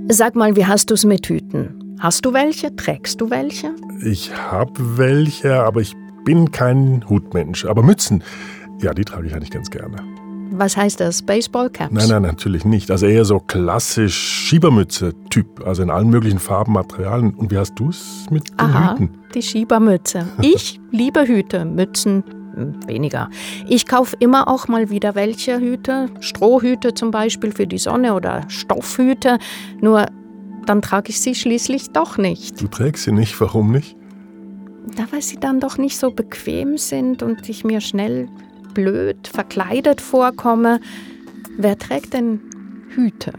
Sag mal, wie hast du es mit Hüten? Hast du welche? Trägst du welche? Ich habe welche, aber ich bin kein Hutmensch. Aber Mützen, ja, die trage ich eigentlich ganz gerne. Was heißt das? Baseballcaps? Nein, natürlich nicht. Also eher so klassisch Schiebermütze-Typ. Also in allen möglichen Farben, Materialien. Und wie hast du es mit den Hüten? Die Schiebermütze. Ich liebe Hüte, Mützen weniger. Ich kaufe immer auch mal wieder welche Hüte. Strohhüte zum Beispiel für die Sonne oder Stoffhüte. Nur dann trage ich sie schließlich doch nicht. Du trägst sie nicht, warum nicht? Weil sie dann doch nicht so bequem sind und ich mir schnell blöd verkleidet vorkomme. Wer trägt denn Hüte?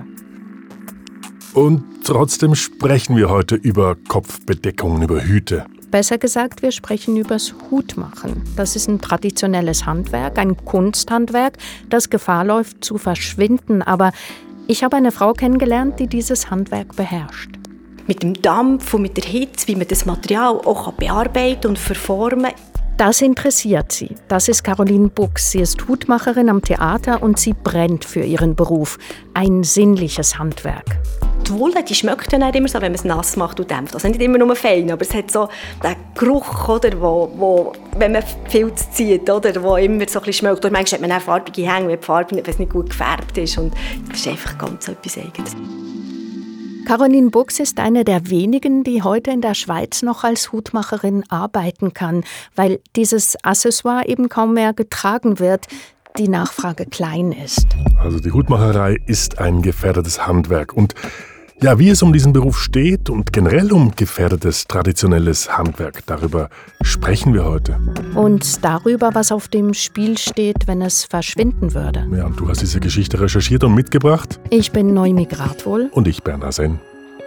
Und trotzdem sprechen wir heute über Kopfbedeckungen, über Hüte. Besser gesagt, wir sprechen übers Hutmachen. Das ist ein traditionelles Handwerk, ein Kunsthandwerk, das Gefahr läuft zu verschwinden. Aber ich habe eine Frau kennengelernt, die dieses Handwerk beherrscht. Mit dem Dampf und mit der Hitze, wie man das Material auch bearbeiten und verformen kann. Das interessiert sie. Das ist Caroline Bux. Sie ist Hutmacherin am Theater und sie brennt für ihren Beruf. Ein sinnliches Handwerk. Die Wolle, die schmeckt dann immer so, wenn man es nass macht und dämpft. Also nicht immer nur fein, aber es hat so den Geruch, oder, wo wenn man Filz zieht, oder, wo immer so ein bisschen schmeckt. Oder manchmal hat man auch farbige Hänge, wenn die Farbe nicht gut gefärbt ist. Und das ist einfach ganz etwas Eigenes. Caroline Bux ist eine der wenigen, die heute in der Schweiz noch als Hutmacherin arbeiten kann, weil dieses Accessoire eben kaum mehr getragen wird, die Nachfrage klein ist. Also die Hutmacherei ist ein gefährdetes Handwerk. Und ja, wie es um diesen Beruf steht und generell um gefährdetes traditionelles Handwerk, darüber sprechen wir heute. Und darüber, was auf dem Spiel steht, wenn es verschwinden würde. Ja, und du hast diese Geschichte recherchiert und mitgebracht. Ich bin Noemi Gradwohl. Und ich, Bernd Hasen.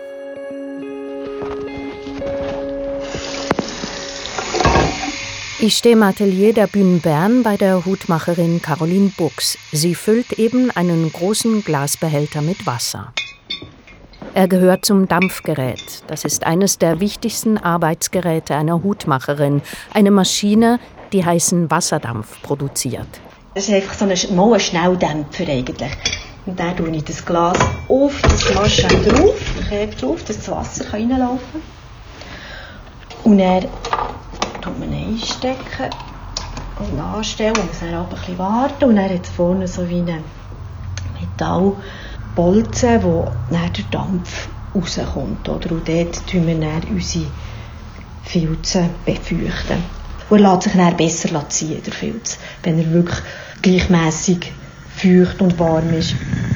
Ich stehe im Atelier der Bühne Bern bei der Hutmacherin Caroline Bux. Sie füllt eben einen großen Glasbehälter mit Wasser. Er gehört zum Dampfgerät. Das ist eines der wichtigsten Arbeitsgeräte einer Hutmacherin. Eine Maschine, die heißen Wasserdampf produziert. Das ist einfach so ein Schnelldämpfer eigentlich. Und dann tue ich das Glas auf das Maschine drauf, dass das Wasser reinlaufen kann. Und dann tut man einstecken und anstellen und muss dann auch ein bisschen warten. Und dann hat es vorne so wie eine Metallbolzen, wo dann der Dampf rauskommt. Oder? Und dort tun wir dann unsere Filze befeuchten. Und er lässt sich dann besser ziehen, der Filz, wenn er wirklich gleichmässig feucht und warm ist.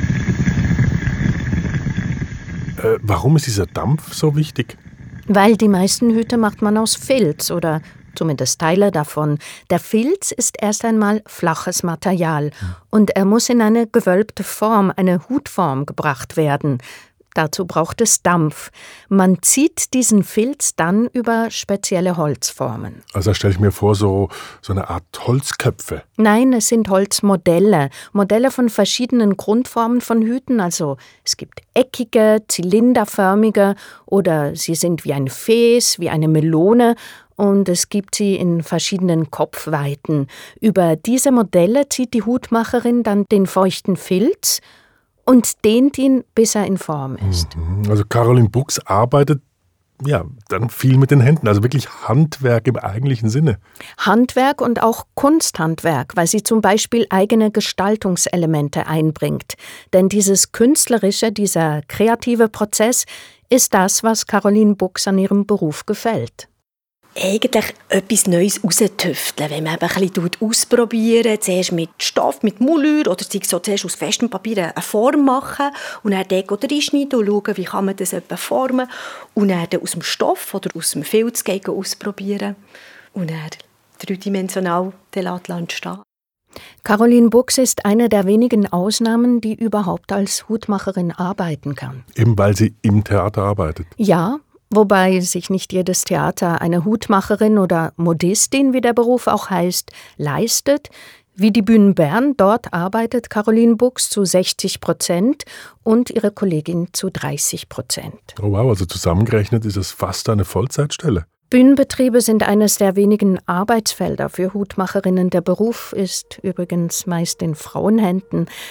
Warum ist dieser Dampf so wichtig? Weil die meisten Hüte macht man aus Filz oder zumindest Teile davon. Der Filz ist erst einmal flaches Material und er muss in eine gewölbte Form, eine Hutform gebracht werden. Dazu braucht es Dampf. Man zieht diesen Filz dann über spezielle Holzformen. Also stelle ich mir vor, so eine Art Holzköpfe. Nein, es sind Holzmodelle. Modelle von verschiedenen Grundformen von Hüten. Also es gibt eckige, zylinderförmige oder sie sind wie ein Fäß, wie eine Melone. Und es gibt sie in verschiedenen Kopfweiten. Über diese Modelle zieht die Hutmacherin dann den feuchten Filz und dehnt ihn, bis er in Form ist. Also Caroline Bux arbeitet dann viel mit den Händen, also wirklich Handwerk im eigentlichen Sinne. Handwerk und auch Kunsthandwerk, weil sie zum Beispiel eigene Gestaltungselemente einbringt. Denn dieses Künstlerische, dieser kreative Prozess ist das, was Caroline Bux an ihrem Beruf gefällt. Eigentlich etwas Neues raustüfteln, wenn man ein bisschen ausprobieren, zuerst mit Stoff, mit Moulure oder so zuerst aus festem Papier eine Form machen und dann dort reinschneiden und schauen, wie kann man das etwa formen und dann aus dem Stoff oder aus dem Filz ausprobieren und dann dreidimensional den Land stehen. Caroline Bux ist eine der wenigen Ausnahmen, die überhaupt als Hutmacherin arbeiten kann. Eben weil sie im Theater arbeitet. Ja, wobei sich nicht jedes Theater eine Hutmacherin oder Modistin, wie der Beruf auch heißt, leistet. Wie die Bühne Bern, dort arbeitet Caroline Bux zu 60% und ihre Kollegin zu 30%. Oh wow, also zusammengerechnet ist es fast eine Vollzeitstelle. Bühnenbetriebe sind eines der wenigen Arbeitsfelder für Hutmacherinnen. Der Beruf ist übrigens meist in Frauenhänden.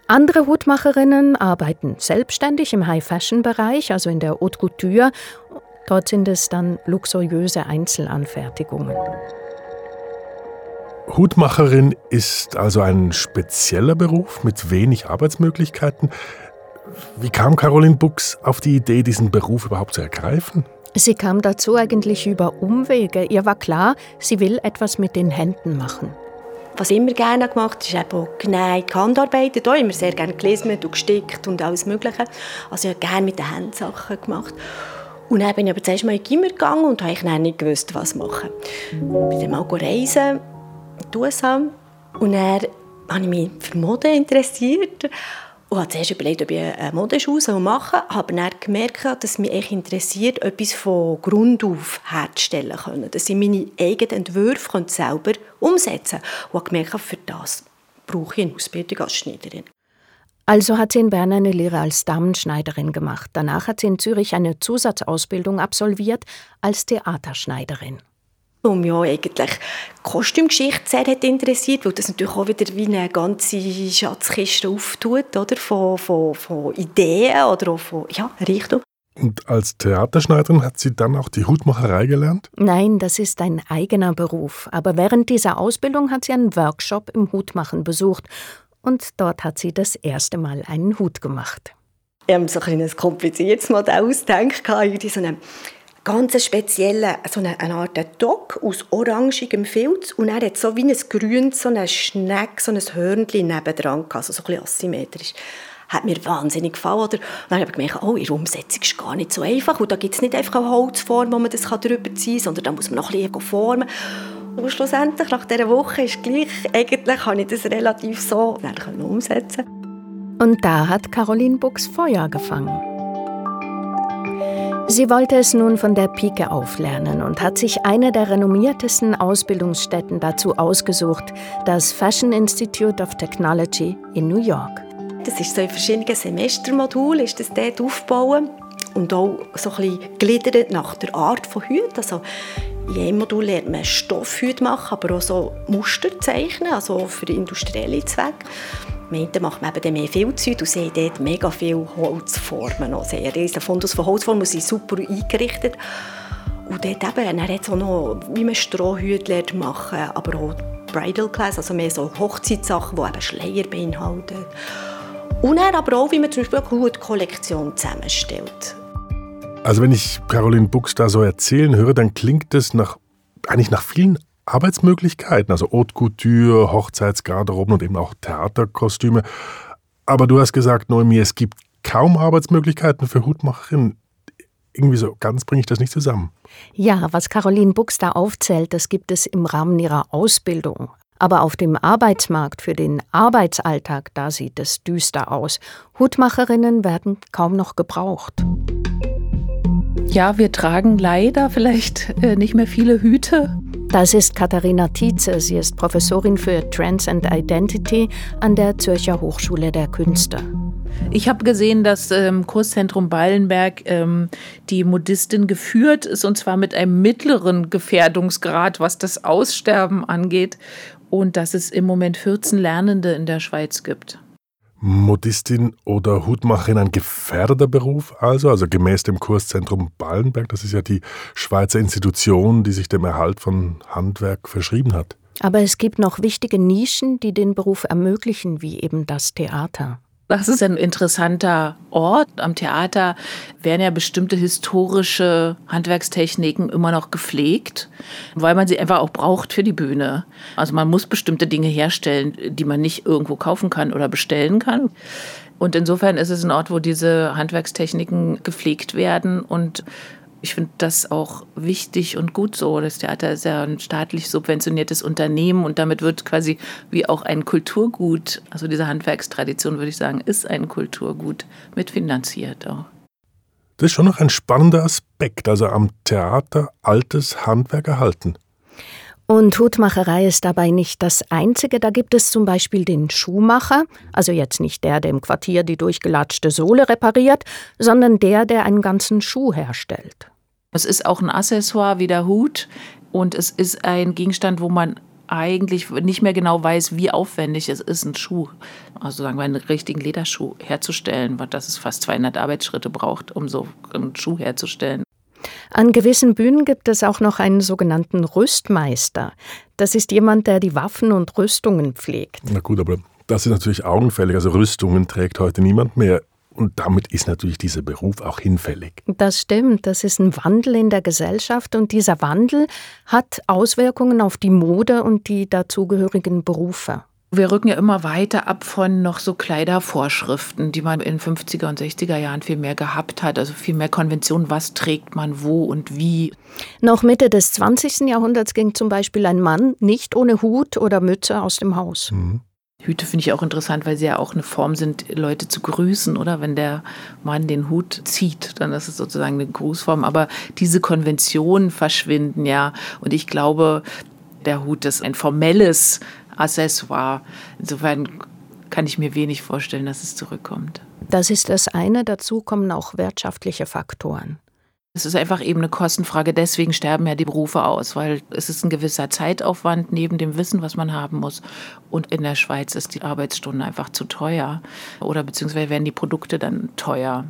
Andere Hutmacherinnen arbeiten selbstständig im High-Fashion-Bereich, also in der Haute Couture. Dort sind es dann luxuriöse Einzelanfertigungen. Hutmacherin ist also ein spezieller Beruf mit wenig Arbeitsmöglichkeiten. Wie kam Caroline Bux auf die Idee, diesen Beruf überhaupt zu ergreifen? Sie kam dazu eigentlich über Umwege. Ihr war klar, sie will etwas mit den Händen machen. Was ich immer gerne gemacht habe, ist eben auch genäht, gehandarbeitet. Auch immer sehr gerne gelesen und gestickt und alles Mögliche. Also ich habe gerne mit den Händen Sachen gemacht. Und dann bin ich aber zuerst mal in die Gimmer gegangen und habe dann nicht gewusst, was machen. Ich bin dann mal reisen in die USA. Und dann habe ich mich für Mode interessiert. Und habe zuerst überlegt, ob ich eine Modeschule machen soll. Habe dann gemerkt, dass mich echt interessiert, etwas von Grund auf herzustellen können. Dass ich meine eigenen Entwürfe selber umsetzen kann. Und habe gemerkt, für das brauche ich eine Ausbildung als Schneiderin. Also hat sie in Bern eine Lehre als Damenschneiderin gemacht. Danach hat sie in Zürich eine Zusatzausbildung absolviert als Theaterschneiderin. Und mich auch eigentlich die Kostümgeschichte sehr hat interessiert, weil das natürlich auch wieder wie eine ganze Schatzkiste auftut, oder? Von Ideen oder auch von Richtung. Und als Theaterschneiderin hat sie dann auch die Hutmacherei gelernt? Nein, das ist ein eigener Beruf. Aber während dieser Ausbildung hat sie einen Workshop im Hutmachen besucht. Und dort hat sie das erste Mal einen Hut gemacht. Ich habe mir so ein kompliziertes Modell ausgedacht, so eine ganz spezielle, so eine Art Dock aus orangigem Filz und er hat so wie ein grünes, so eine Schnecke, so ein Hörnchen nebendran, also so ein bisschen asymmetrisch. Hat mir wahnsinnig gefallen. Oder? Und dann habe ich gemerkt, ihre Umsetzung ist gar nicht so einfach. Und da gibt es nicht einfach eine Holzform, wo man das drüber ziehen kann, sondern da muss man noch ein bisschen formen. Und schlussendlich, nach dieser Woche, ist gleich, eigentlich kann ich das relativ so umsetzen. Und da hat Caroline Bux Feuer gefangen. Sie wollte es nun von der Pike auf lernen und hat sich eine der renommiertesten Ausbildungsstätten dazu ausgesucht, das Fashion Institute of Technology in New York. Das ist so in verschiedenen Semestermodulen, ist das dort aufgebaut und auch so ein bisschen gegliedert nach der Art von Hüten. Also in jedem Modul lernt man Stoffhüte machen, aber auch so Muster zeichnen, also für industrielle Zwecke. Meinte macht man eben mehr Filzhüte und sie haben dort mega viele Holzformen. Also ein riesen Fundus von Holzformen, die sind super eingerichtet. Und dort eben, er hat so noch, wie man Strohhüte machen, aber auch Bridal Class, also mehr so Hochzeitssachen, die eben Schleier beinhalten. Und dann aber auch, wie man zum Beispiel eine Hutkollektion zusammenstellt. Also wenn ich Caroline Bux da so erzählen höre, dann klingt das eigentlich nach vielen Arbeitsmöglichkeiten, also Haute Couture, Hochzeitsgarderoben und eben auch Theaterkostüme. Aber du hast gesagt, Noemi, es gibt kaum Arbeitsmöglichkeiten für Hutmacherinnen. Irgendwie so ganz bringe ich das nicht zusammen. Ja, was Caroline Bux da aufzählt, das gibt es im Rahmen ihrer Ausbildung. Aber auf dem Arbeitsmarkt für den Arbeitsalltag, da sieht es düster aus. Hutmacherinnen werden kaum noch gebraucht. Ja, wir tragen leider vielleicht nicht mehr viele Hüte. Das ist Katharina Tietze. Sie ist Professorin für Trends and Identity an der Zürcher Hochschule der Künste. Ich habe gesehen, dass im Kurszentrum Ballenberg die Modistin geführt ist, und zwar mit einem mittleren Gefährdungsgrad, was das Aussterben angeht. Und dass es im Moment 14 Lernende in der Schweiz gibt. Modistin oder Hutmacherin ein gefährdeter Beruf also gemäß dem Kurszentrum Ballenberg. Das ist ja die Schweizer Institution, die sich dem Erhalt von Handwerk verschrieben hat. Aber es gibt noch wichtige Nischen, die den Beruf ermöglichen, wie eben das Theater. Das ist ein interessanter Ort. Am Theater werden ja bestimmte historische Handwerkstechniken immer noch gepflegt, weil man sie einfach auch braucht für die Bühne. Also man muss bestimmte Dinge herstellen, die man nicht irgendwo kaufen kann oder bestellen kann. Und insofern ist es ein Ort, wo diese Handwerkstechniken gepflegt werden. Und ich finde das auch wichtig und gut so. Das Theater ist ja ein staatlich subventioniertes Unternehmen und damit wird quasi wie auch ein Kulturgut, also diese Handwerkstradition, würde ich sagen, ist ein Kulturgut mitfinanziert auch. Das ist schon noch ein spannender Aspekt, also am Theater altes Handwerk erhalten. Und Hutmacherei ist dabei nicht das Einzige. Da gibt es zum Beispiel den Schuhmacher, also jetzt nicht der im Quartier die durchgelatschte Sohle repariert, sondern der einen ganzen Schuh herstellt. Es ist auch ein Accessoire wie der Hut und es ist ein Gegenstand, wo man eigentlich nicht mehr genau weiß, wie aufwendig es ist, einen Schuh, also sagen wir einen richtigen Lederschuh herzustellen, weil das es fast 200 Arbeitsschritte braucht, um so einen Schuh herzustellen. An gewissen Bühnen gibt es auch noch einen sogenannten Rüstmeister. Das ist jemand, der die Waffen und Rüstungen pflegt. Na gut, aber das ist natürlich augenfällig. Also Rüstungen trägt heute niemand mehr. Und damit ist natürlich dieser Beruf auch hinfällig. Das stimmt, das ist ein Wandel in der Gesellschaft und dieser Wandel hat Auswirkungen auf die Mode und die dazugehörigen Berufe. Wir rücken ja immer weiter ab von noch so Kleidervorschriften, die man in 50er und 60er Jahren viel mehr gehabt hat. Also viel mehr Konventionen, was trägt man wo und wie. Noch Mitte des 20. Jahrhunderts ging zum Beispiel ein Mann nicht ohne Hut oder Mütze aus dem Haus. Hüte finde ich auch interessant, weil sie ja auch eine Form sind, Leute zu grüßen, oder? Wenn der Mann den Hut zieht, dann ist es sozusagen eine Grußform. Aber diese Konventionen verschwinden ja. Und ich glaube, der Hut ist ein formelles Accessoire. Insofern kann ich mir wenig vorstellen, dass es zurückkommt. Das ist das eine. Dazu kommen auch wirtschaftliche Faktoren. Es ist einfach eben eine Kostenfrage. Deswegen sterben ja die Berufe aus, weil es ist ein gewisser Zeitaufwand neben dem Wissen, was man haben muss. Und in der Schweiz ist die Arbeitsstunde einfach zu teuer. Oder beziehungsweise werden die Produkte dann teuer.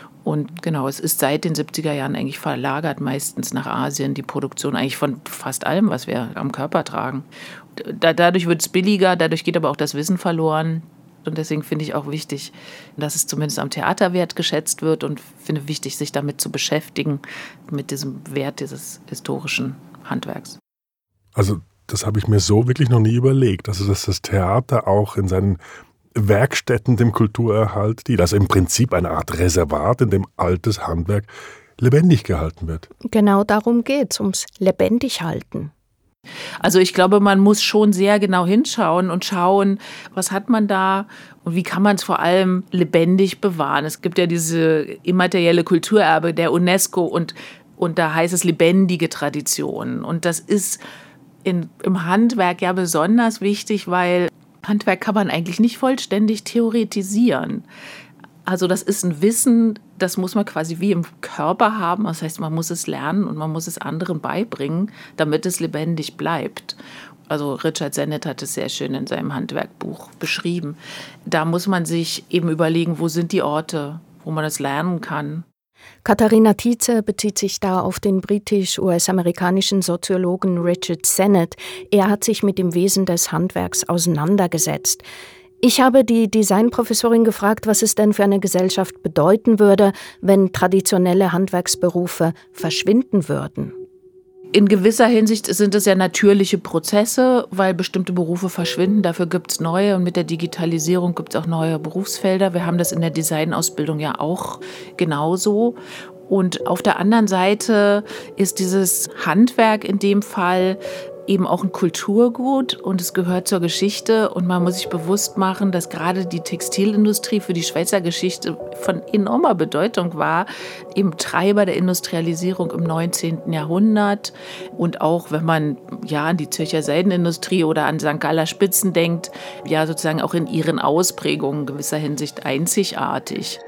Und genau, es ist seit den 70er Jahren eigentlich verlagert, meistens nach Asien, die Produktion eigentlich von fast allem, was wir am Körper tragen. Dadurch wird es billiger, dadurch geht aber auch das Wissen verloren. Und deswegen finde ich auch wichtig, dass es zumindest am Theater wertgeschätzt wird und finde wichtig, sich damit zu beschäftigen, mit diesem Wert dieses historischen Handwerks. Also das habe ich mir so wirklich noch nie überlegt. Also dass das Theater auch in seinen Werkstätten dem Kulturerhalt dient. Also im Prinzip eine Art Reservat, in dem altes Handwerk lebendig gehalten wird. Genau darum geht es, ums Lebendighalten. Also ich glaube, man muss schon sehr genau hinschauen und schauen, was hat man da und wie kann man es vor allem lebendig bewahren. Es gibt ja diese immaterielle Kulturerbe der UNESCO und da heißt es lebendige Traditionen. Und das ist im Handwerk ja besonders wichtig, weil Handwerk kann man eigentlich nicht vollständig theoretisieren. Also das ist ein Wissen, das muss man quasi wie im Körper haben. Das heißt, man muss es lernen und man muss es anderen beibringen, damit es lebendig bleibt. Also Richard Sennett hat es sehr schön in seinem Handwerkbuch beschrieben. Da muss man sich eben überlegen, wo sind die Orte, wo man es lernen kann. Katharina Tietze bezieht sich da auf den britisch-US-amerikanischen Soziologen Richard Sennett. Er hat sich mit dem Wesen des Handwerks auseinandergesetzt. Ich habe die Designprofessorin gefragt, was es denn für eine Gesellschaft bedeuten würde, wenn traditionelle Handwerksberufe verschwinden würden. In gewisser Hinsicht sind es ja natürliche Prozesse, weil bestimmte Berufe verschwinden. Dafür gibt es neue und mit der Digitalisierung gibt es auch neue Berufsfelder. Wir haben das in der Designausbildung ja auch genauso. Und auf der anderen Seite ist dieses Handwerk in dem Fall eben auch ein Kulturgut und es gehört zur Geschichte und man muss sich bewusst machen, dass gerade die Textilindustrie für die Schweizer Geschichte von enormer Bedeutung war, eben Treiber der Industrialisierung im 19. Jahrhundert und auch wenn man ja an die Zürcher Seidenindustrie oder an St. Galler Spitzen denkt, ja sozusagen auch in ihren Ausprägungen in gewisser Hinsicht einzigartig.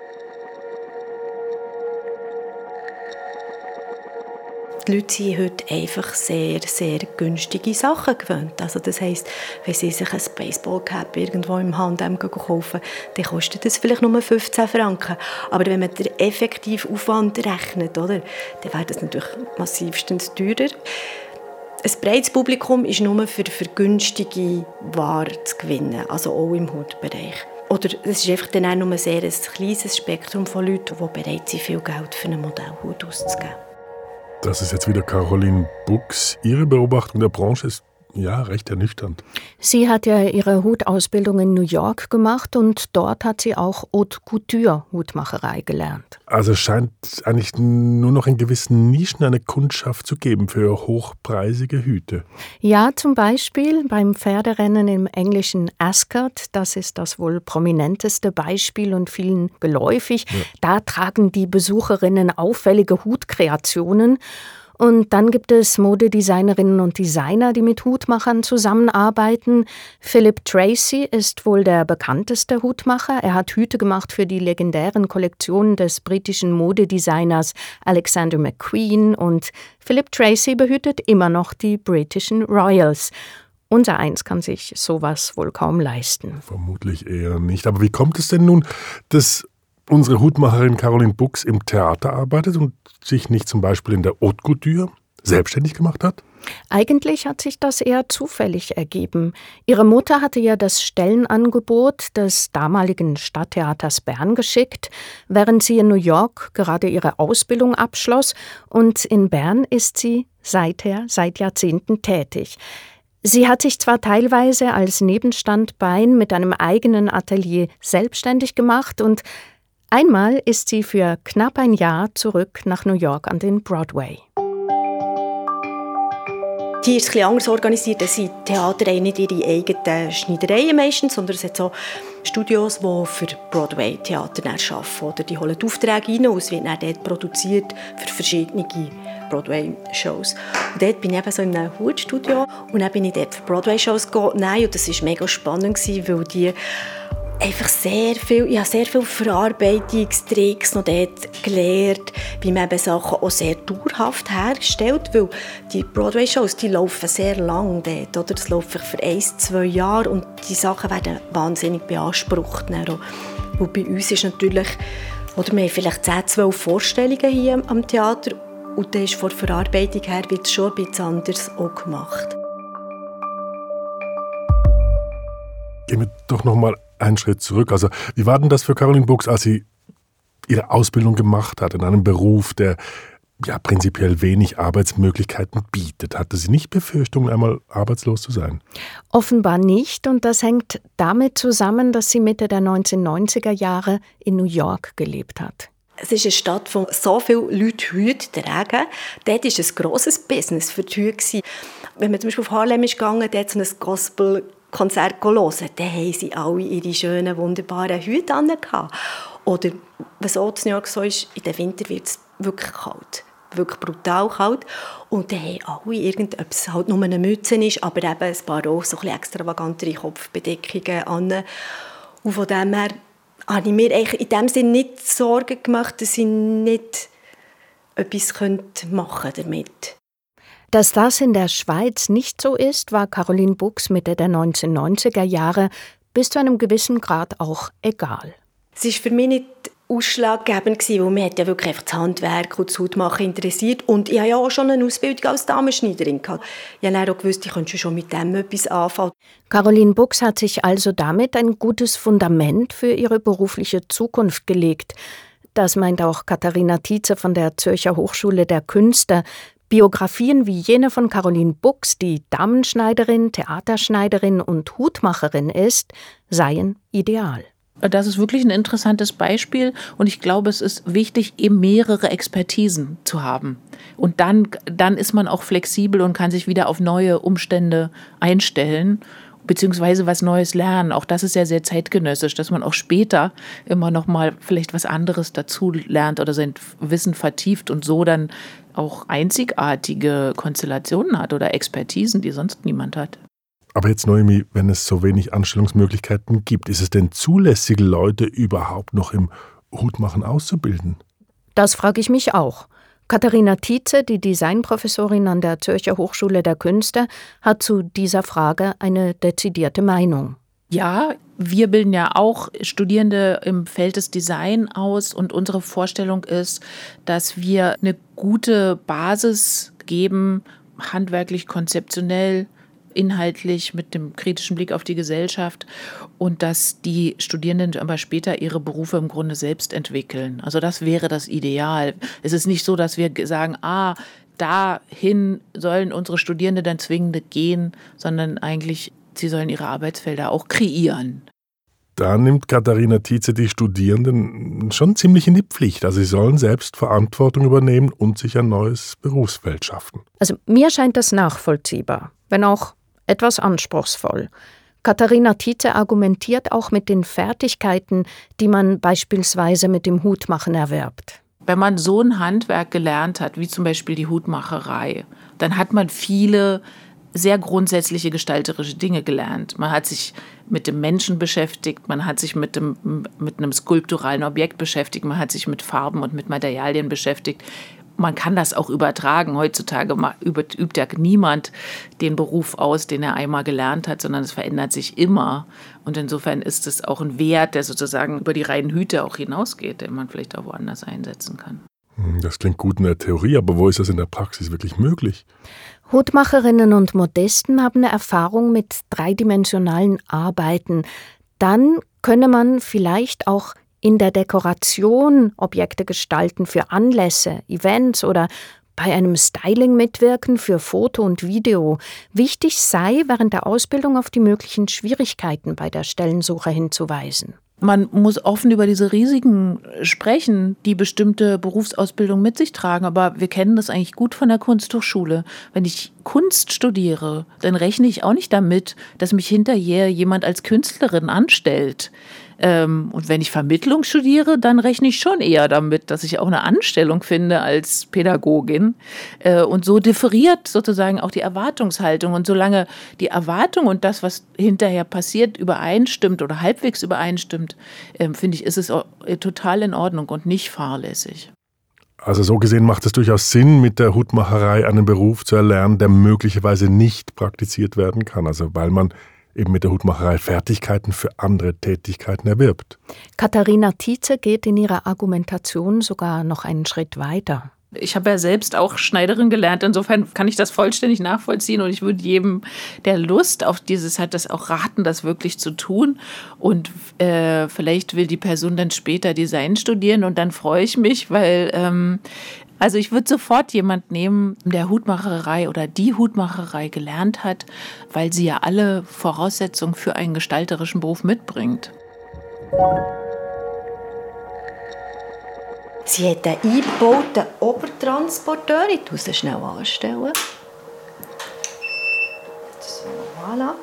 Die Leute sind heute einfach sehr, sehr günstige Sachen gewöhnt. Also das heisst, wenn sie sich ein Baseballcap irgendwo im H&M kaufen, dann kostet das vielleicht nur 15 Franken. Aber wenn man den effektiven Aufwand rechnet, oder, dann wäre das natürlich massivstens teurer. Ein breites Publikum ist nur für günstige Waren zu gewinnen, also auch im Hutbereich. Oder es ist einfach dann auch nur ein sehr kleines Spektrum von Leuten, die bereit sind, viel Geld für einen Modellhut auszugeben. Das ist jetzt wieder Caroline Bux. Ihre Beobachtung der Branche ist ja recht ernüchternd. Sie hat ja ihre Hutausbildung in New York gemacht und dort hat sie auch Haute Couture Hutmacherei gelernt. Also es scheint eigentlich nur noch in gewissen Nischen eine Kundschaft zu geben für hochpreisige Hüte. Ja, zum Beispiel beim Pferderennen im englischen Ascot, das ist das wohl prominenteste Beispiel und vielen geläufig. Ja. Da tragen die Besucherinnen auffällige Hutkreationen. Und dann gibt es Modedesignerinnen und Designer, die mit Hutmachern zusammenarbeiten. Philip Treacy ist wohl der bekannteste Hutmacher. Er hat Hüte gemacht für die legendären Kollektionen des britischen Modedesigners Alexander McQueen. Und Philip Treacy behütet immer noch die britischen Royals. Unsereins kann sich sowas wohl kaum leisten. Vermutlich eher nicht. Aber wie kommt es denn nun, dass unsere Hutmacherin Caroline Bux im Theater arbeitet und sich nicht zum Beispiel in der Haute Couture selbstständig gemacht hat? Eigentlich hat sich das eher zufällig ergeben. Ihre Mutter hatte ja das Stellenangebot des damaligen Stadttheaters Bern geschickt, während sie in New York gerade ihre Ausbildung abschloss, und in Bern ist sie seit Jahrzehnten tätig. Sie hat sich zwar teilweise als Nebenstandbein mit einem eigenen Atelier selbstständig gemacht und einmal ist sie für knapp ein Jahr zurück nach New York an den Broadway. Hier ist es etwas anders organisiert. Die Theater haben nicht ihre eigenen Schneidereien meistens, sondern es hat so Studios, die für Broadway-Theater arbeiten. Oder die holen Aufträge rein und es wird dann dort produziert für verschiedene Broadway-Shows. Und dort bin ich eben so in einem Hutstudio und dann bin ich dort für Broadway-Shows gegangen. Und das war mega spannend, weil die einfach sehr viel Verarbeitungstricks noch dort gelernt, wie man eben Sachen auch sehr dauerhaft herstellt, weil die Broadway-Shows, die laufen sehr lang dort, oder? Das läuft für 1-2 Jahre und die Sachen werden wahnsinnig beansprucht. Und bei uns ist natürlich, oder wir haben vielleicht 10-12 Vorstellungen hier am Theater und dann ist von der Verarbeitung her wird es schon ein bisschen anders auch gemacht. Gehen wir doch noch mal einen Schritt zurück. Also, wie war denn das für Caroline Bux, als sie ihre Ausbildung gemacht hat in einem Beruf, der ja prinzipiell wenig Arbeitsmöglichkeiten bietet? Hatte sie nicht Befürchtungen, einmal arbeitslos zu sein? Offenbar nicht, und das hängt damit zusammen, dass sie Mitte der 1990er Jahre in New York gelebt hat. Es ist eine Stadt, wo so viele Leute Hüte tragen. Dort war es ein grosses Business für die Hüte. Wenn man zum Beispiel auf Harlem ist gegangen, dort so ein Gospel-Konzert hören, dann haben sie alle ihre schönen, wunderbaren Hüte an. Oder was auch in New York so ist, in den Winter wird es wirklich kalt. Wirklich brutal kalt. Und dann haben alle ob es halt nur eine Mütze ist, aber eben ein paar auch so ein bisschen extravagantere Kopfbedeckungen an. Und von dem her habe ich mir eigentlich in dem Sinne nicht Sorgen gemacht, dass ich nicht etwas machen könnte damit. Dass das in der Schweiz nicht so ist, war Caroline Bux Mitte der 1990er Jahre bis zu einem gewissen Grad auch egal. Es war für mich nicht ausschlaggebend, weil mich hat ja wirklich einfach das Handwerk und das Hutmachen interessiert. Und ich hatte ja auch schon eine Ausbildung als Damenschneiderin. Ich habe dann auch gewusst, ich könnte schon mit dem etwas anfangen. Caroline Bux hat sich also damit ein gutes Fundament für ihre berufliche Zukunft gelegt. Das meint auch Katharina Tietze von der Zürcher Hochschule der Künste. Biografien wie jene von Caroline Bux, die Damenschneiderin, Theaterschneiderin und Hutmacherin ist, seien ideal. Das ist wirklich ein interessantes Beispiel und ich glaube, es ist wichtig, eben mehrere Expertisen zu haben. Und dann ist man auch flexibel und kann sich wieder auf neue Umstände einstellen, beziehungsweise was Neues lernen. Auch das ist ja sehr zeitgenössisch, dass man auch später immer noch mal vielleicht was anderes dazu lernt oder sein Wissen vertieft und so dann auch einzigartige Konstellationen hat oder Expertisen, die sonst niemand hat. Aber jetzt, Noemi, wenn es so wenig Anstellungsmöglichkeiten gibt, ist es denn zulässig, Leute überhaupt noch im Hutmachen auszubilden? Das frage ich mich auch. Katharina Tietze, die Designprofessorin an der Zürcher Hochschule der Künste, hat zu dieser Frage eine dezidierte Meinung. Ja, wir bilden ja auch Studierende im Feld des Design aus und unsere Vorstellung ist, dass wir eine gute Basis geben, handwerklich, konzeptionell, inhaltlich mit dem kritischen Blick auf die Gesellschaft und dass die Studierenden aber später ihre Berufe im Grunde selbst entwickeln. Also das wäre das Ideal. Es ist nicht so, dass wir sagen, dahin sollen unsere Studierenden dann zwingend gehen, sondern eigentlich, sie sollen ihre Arbeitsfelder auch kreieren. Da nimmt Katharina Tietze die Studierenden schon ziemlich in die Pflicht. Also sie sollen selbst Verantwortung übernehmen und sich ein neues Berufsfeld schaffen. Also mir scheint das nachvollziehbar, wenn auch etwas anspruchsvoll. Katharina Tietze argumentiert auch mit den Fertigkeiten, die man beispielsweise mit dem Hutmachen erwerbt. Wenn man so ein Handwerk gelernt hat, wie zum Beispiel die Hutmacherei, dann hat man viele sehr grundsätzliche gestalterische Dinge gelernt. Man hat sich mit dem Menschen beschäftigt, man hat sich mit einem skulpturalen Objekt beschäftigt, man hat sich mit Farben und mit Materialien beschäftigt. man kann das auch übertragen. Heutzutage übt ja niemand den Beruf aus, den er einmal gelernt hat, sondern es verändert sich immer. Und insofern ist es auch ein Wert, der sozusagen über die reinen Hüte auch hinausgeht, den man vielleicht auch woanders einsetzen kann. Das klingt gut in der Theorie, aber wo ist das in der Praxis wirklich möglich? Hutmacherinnen und Modisten haben eine Erfahrung mit dreidimensionalen Arbeiten. Dann könne man vielleicht auch in der Dekoration Objekte gestalten für Anlässe, Events oder bei einem Styling mitwirken für Foto und Video. Wichtig sei, während der Ausbildung auf die möglichen Schwierigkeiten bei der Stellensuche hinzuweisen. Man muss offen über diese Risiken sprechen, die bestimmte Berufsausbildung mit sich tragen. Aber wir kennen das eigentlich gut von der Kunsthochschule. Wenn ich Kunst studiere, dann rechne ich auch nicht damit, dass mich hinterher jemand als Künstlerin anstellt. Und wenn ich Vermittlung studiere, dann rechne ich schon eher damit, dass ich auch eine Anstellung finde als Pädagogin. Und so differiert sozusagen auch die Erwartungshaltung. Und solange die Erwartung und das, was hinterher passiert, übereinstimmt oder halbwegs übereinstimmt, finde ich, ist es total in Ordnung und nicht fahrlässig. Also so gesehen macht es durchaus Sinn, mit der Hutmacherei einen Beruf zu erlernen, der möglicherweise nicht praktiziert werden kann. Also weil man eben mit der Hutmacherei Fertigkeiten für andere Tätigkeiten erwirbt. Katharina Tietze geht in ihrer Argumentation sogar noch einen Schritt weiter. Ich habe ja selbst auch Schneiderin gelernt, insofern kann ich das vollständig nachvollziehen und ich würde jedem, der Lust auf dieses hat, das auch raten, das wirklich zu tun. Und vielleicht will die Person dann später Design studieren und dann freue ich mich, weil also ich würde sofort jemand nehmen, der Hutmacherei oder die Hutmacherei gelernt hat, weil sie ja alle Voraussetzungen für einen gestalterischen Beruf mitbringt. Sie hat einen eingebauten Obertransporteur. Ich tue sie schnell anstellen. So, voilà.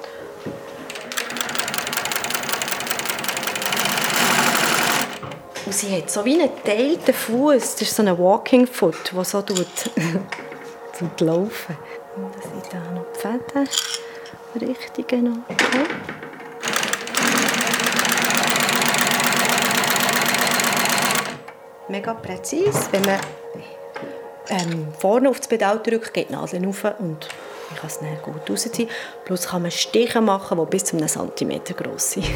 Und sie hat so wie einen geteilten Fuß. Das ist so ein Walking Foot, der so tut laufen. Und dann sind da noch die Fäden richtig noch. Okay. Mega präzise. Wenn man vorne auf das Pedal drückt, geht die Nadel rauf und ich kann es dann gut rausziehen. Plus kann man Stiche machen, die bis zu einem Zentimeter gross sind.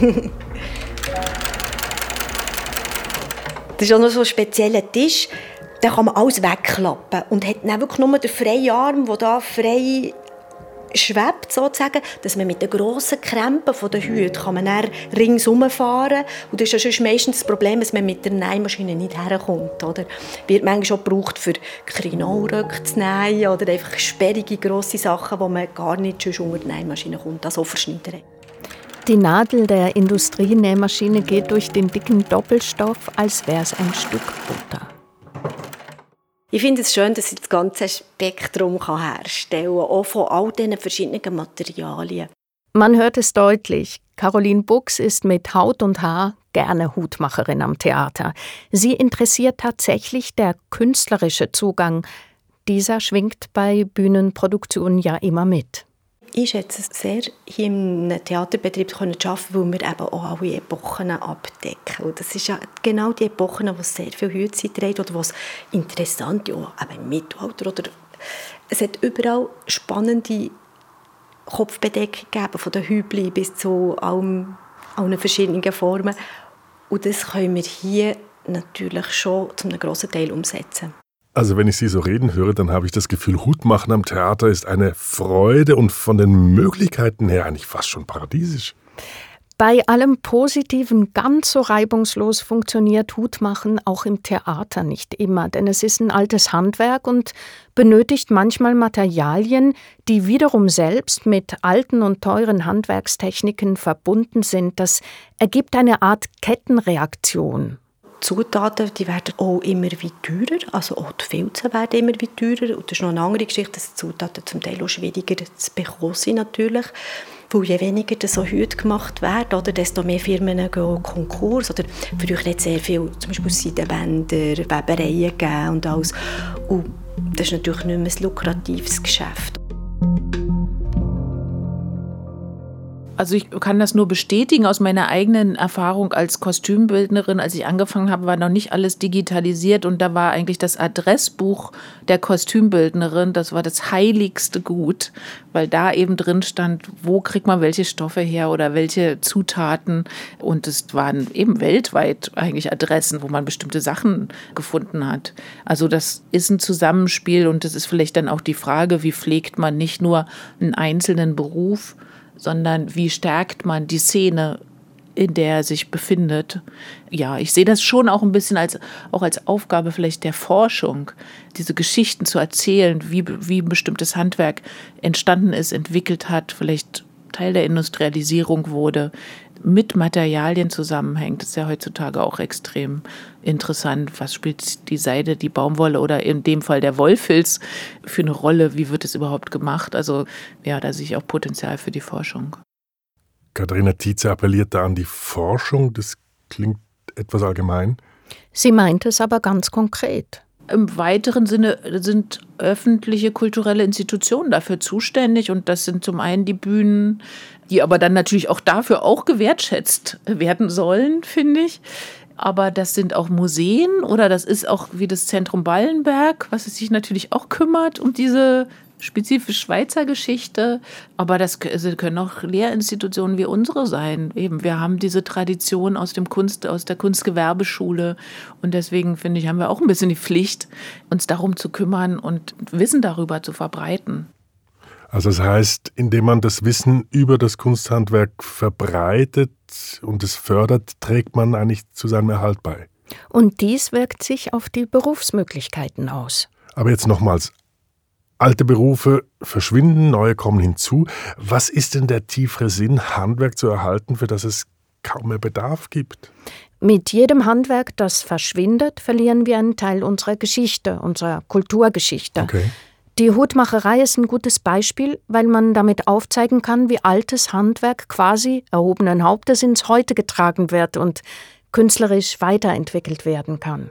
Das ist auch noch so ein spezieller Tisch. Da kann man alles wegklappen und hat dann wirklich nur den freien Arm, der da frei schwebt, sozusagen, dass man mit den grossen Krempen von der Hüte kann man dann ringsherum fahren. Und das ist ja schon meistens das Problem, dass man mit der Nähmaschine nicht herkommt. Oder? Wird manchmal schon gebraucht, für Krinolröcke zu nähen oder einfach sperrige, grosse Sachen, wo man gar nicht schon unter die Nähmaschine kommt, also Verschneiderei. Die Nadel der Industrienähmaschine geht durch den dicken Doppelstoff, als wäre es ein Stück Butter. Ich finde es schön, dass sie das ganze Spektrum herstellen kann, auch von all diesen verschiedenen Materialien. Man hört es deutlich. Caroline Bux ist mit Haut und Haar gerne Hutmacherin am Theater. Sie interessiert tatsächlich der künstlerische Zugang. Dieser schwingt bei Bühnenproduktionen ja immer mit. Ich schätze es sehr, hier im Theaterbetrieb zu arbeiten, weil wir eben auch alle Epochen abdecken. Und das ist ja genau die Epochen, wo es sehr viele Hüte tragen oder wo es interessant ist, eben im Mittelalter. Oder es hat überall spannende Kopfbedeckungen gegeben, von den Hübli bis zu allen verschiedenen Formen. Und das können wir hier natürlich schon zu einem grossen Teil umsetzen. Also wenn ich Sie so reden höre, dann habe ich das Gefühl, Hutmachen am Theater ist eine Freude und von den Möglichkeiten her eigentlich fast schon paradiesisch. Bei allem Positiven ganz so reibungslos funktioniert Hutmachen auch im Theater nicht immer, denn es ist ein altes Handwerk und benötigt manchmal Materialien, die wiederum selbst mit alten und teuren Handwerkstechniken verbunden sind. Das ergibt eine Art Kettenreaktion. Die Zutaten die werden auch immer wie teurer, also auch die Filze werden immer wie teurer. Und das ist noch eine andere Geschichte, dass die Zutaten zum Teil auch schwieriger zu bekommen sind natürlich. Weil je weniger so Hüte gemacht werden, oder, desto mehr Firmen gehen Konkurs. Oder früher hat es sehr viel, zum Beispiel Seidenbänder, Webereien gegeben und alles. Und das ist natürlich nicht mehr ein lukratives Geschäft. Also ich kann das nur bestätigen aus meiner eigenen Erfahrung als Kostümbildnerin. Als ich angefangen habe, war noch nicht alles digitalisiert und da war eigentlich das Adressbuch der Kostümbildnerin, das war das heiligste Gut, weil da eben drin stand, wo kriegt man welche Stoffe her oder welche Zutaten. Und es waren eben weltweit eigentlich Adressen, wo man bestimmte Sachen gefunden hat. Also das ist ein Zusammenspiel und das ist vielleicht dann auch die Frage, wie pflegt man nicht nur einen einzelnen Beruf, sondern wie stärkt man die Szene, in der er sich befindet. Ja, ich sehe das schon auch ein bisschen als Aufgabe vielleicht der Forschung, diese Geschichten zu erzählen, wie ein bestimmtes Handwerk entstanden ist, entwickelt hat, vielleicht Teil der Industrialisierung wurde, mit Materialien zusammenhängt. Das ist ja heutzutage auch extrem interessant. Was spielt die Seide, die Baumwolle oder in dem Fall der Wollfilz für eine Rolle? Wie wird es überhaupt gemacht? Also ja, da sehe ich auch Potenzial für die Forschung. Katharina Tietze appelliert da an die Forschung. Das klingt etwas allgemein. Sie meint es aber ganz konkret. Im weiteren Sinne sind öffentliche kulturelle Institutionen dafür zuständig und das sind zum einen die Bühnen, die aber dann natürlich auch dafür auch gewertschätzt werden sollen, finde ich. Aber das sind auch Museen oder das ist auch wie das Zentrum Ballenberg, was es sich natürlich auch kümmert um diese spezifisch Schweizer Geschichte, aber das können auch Lehrinstitutionen wie unsere sein. Eben, wir haben diese Tradition aus der Kunstgewerbeschule und deswegen, finde ich, haben wir auch ein bisschen die Pflicht, uns darum zu kümmern und Wissen darüber zu verbreiten. Also das heißt, indem man das Wissen über das Kunsthandwerk verbreitet und es fördert, trägt man eigentlich zu seinem Erhalt bei. Und dies wirkt sich auf die Berufsmöglichkeiten aus. Aber jetzt nochmals, alte Berufe verschwinden, neue kommen hinzu. Was ist denn der tiefere Sinn, Handwerk zu erhalten, für das es kaum mehr Bedarf gibt? Mit jedem Handwerk, das verschwindet, verlieren wir einen Teil unserer Geschichte, unserer Kulturgeschichte. Okay. Die Hutmacherei ist ein gutes Beispiel, weil man damit aufzeigen kann, wie altes Handwerk quasi erhobenen Hauptes ins Heute getragen wird und künstlerisch weiterentwickelt werden kann.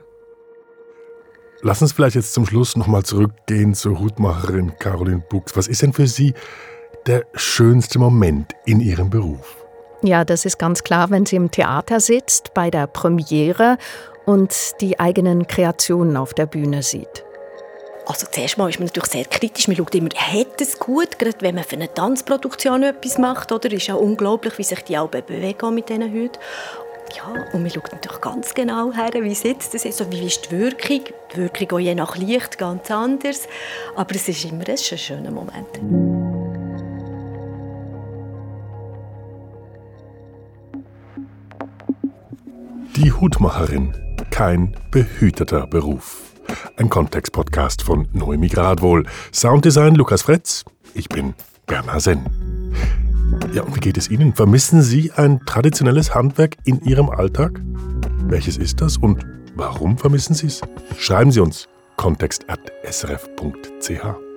Lass uns vielleicht jetzt zum Schluss nochmal zurückgehen zur Hutmacherin Caroline Bux. Was ist denn für Sie der schönste Moment in Ihrem Beruf? Ja, das ist ganz klar, wenn sie im Theater sitzt, bei der Premiere und die eigenen Kreationen auf der Bühne sieht. Also zuerst mal ist man natürlich sehr kritisch. Man schaut immer, hat es gut, gerade wenn man für eine Tanzproduktion etwas macht, oder? Ist ja unglaublich, wie sich die Alben bewegen mit diesen Hüten. Ja, und man schaut natürlich ganz genau her, wie sitzt es, also wie ist die Wirkung. Die Wirkung auch je nach Licht ganz anders. Aber es ist immer ein schöner Moment. Die Hutmacherin, kein behüteter Beruf. Ein Kontext-Podcast von Noemi Gradwohl. Sounddesign Lukas Fretz. Ich bin Bernhard Senn. Ja, und wie geht es Ihnen? Vermissen Sie ein traditionelles Handwerk in Ihrem Alltag? Welches ist das und warum vermissen Sie es? Schreiben Sie uns kontext@srf.ch.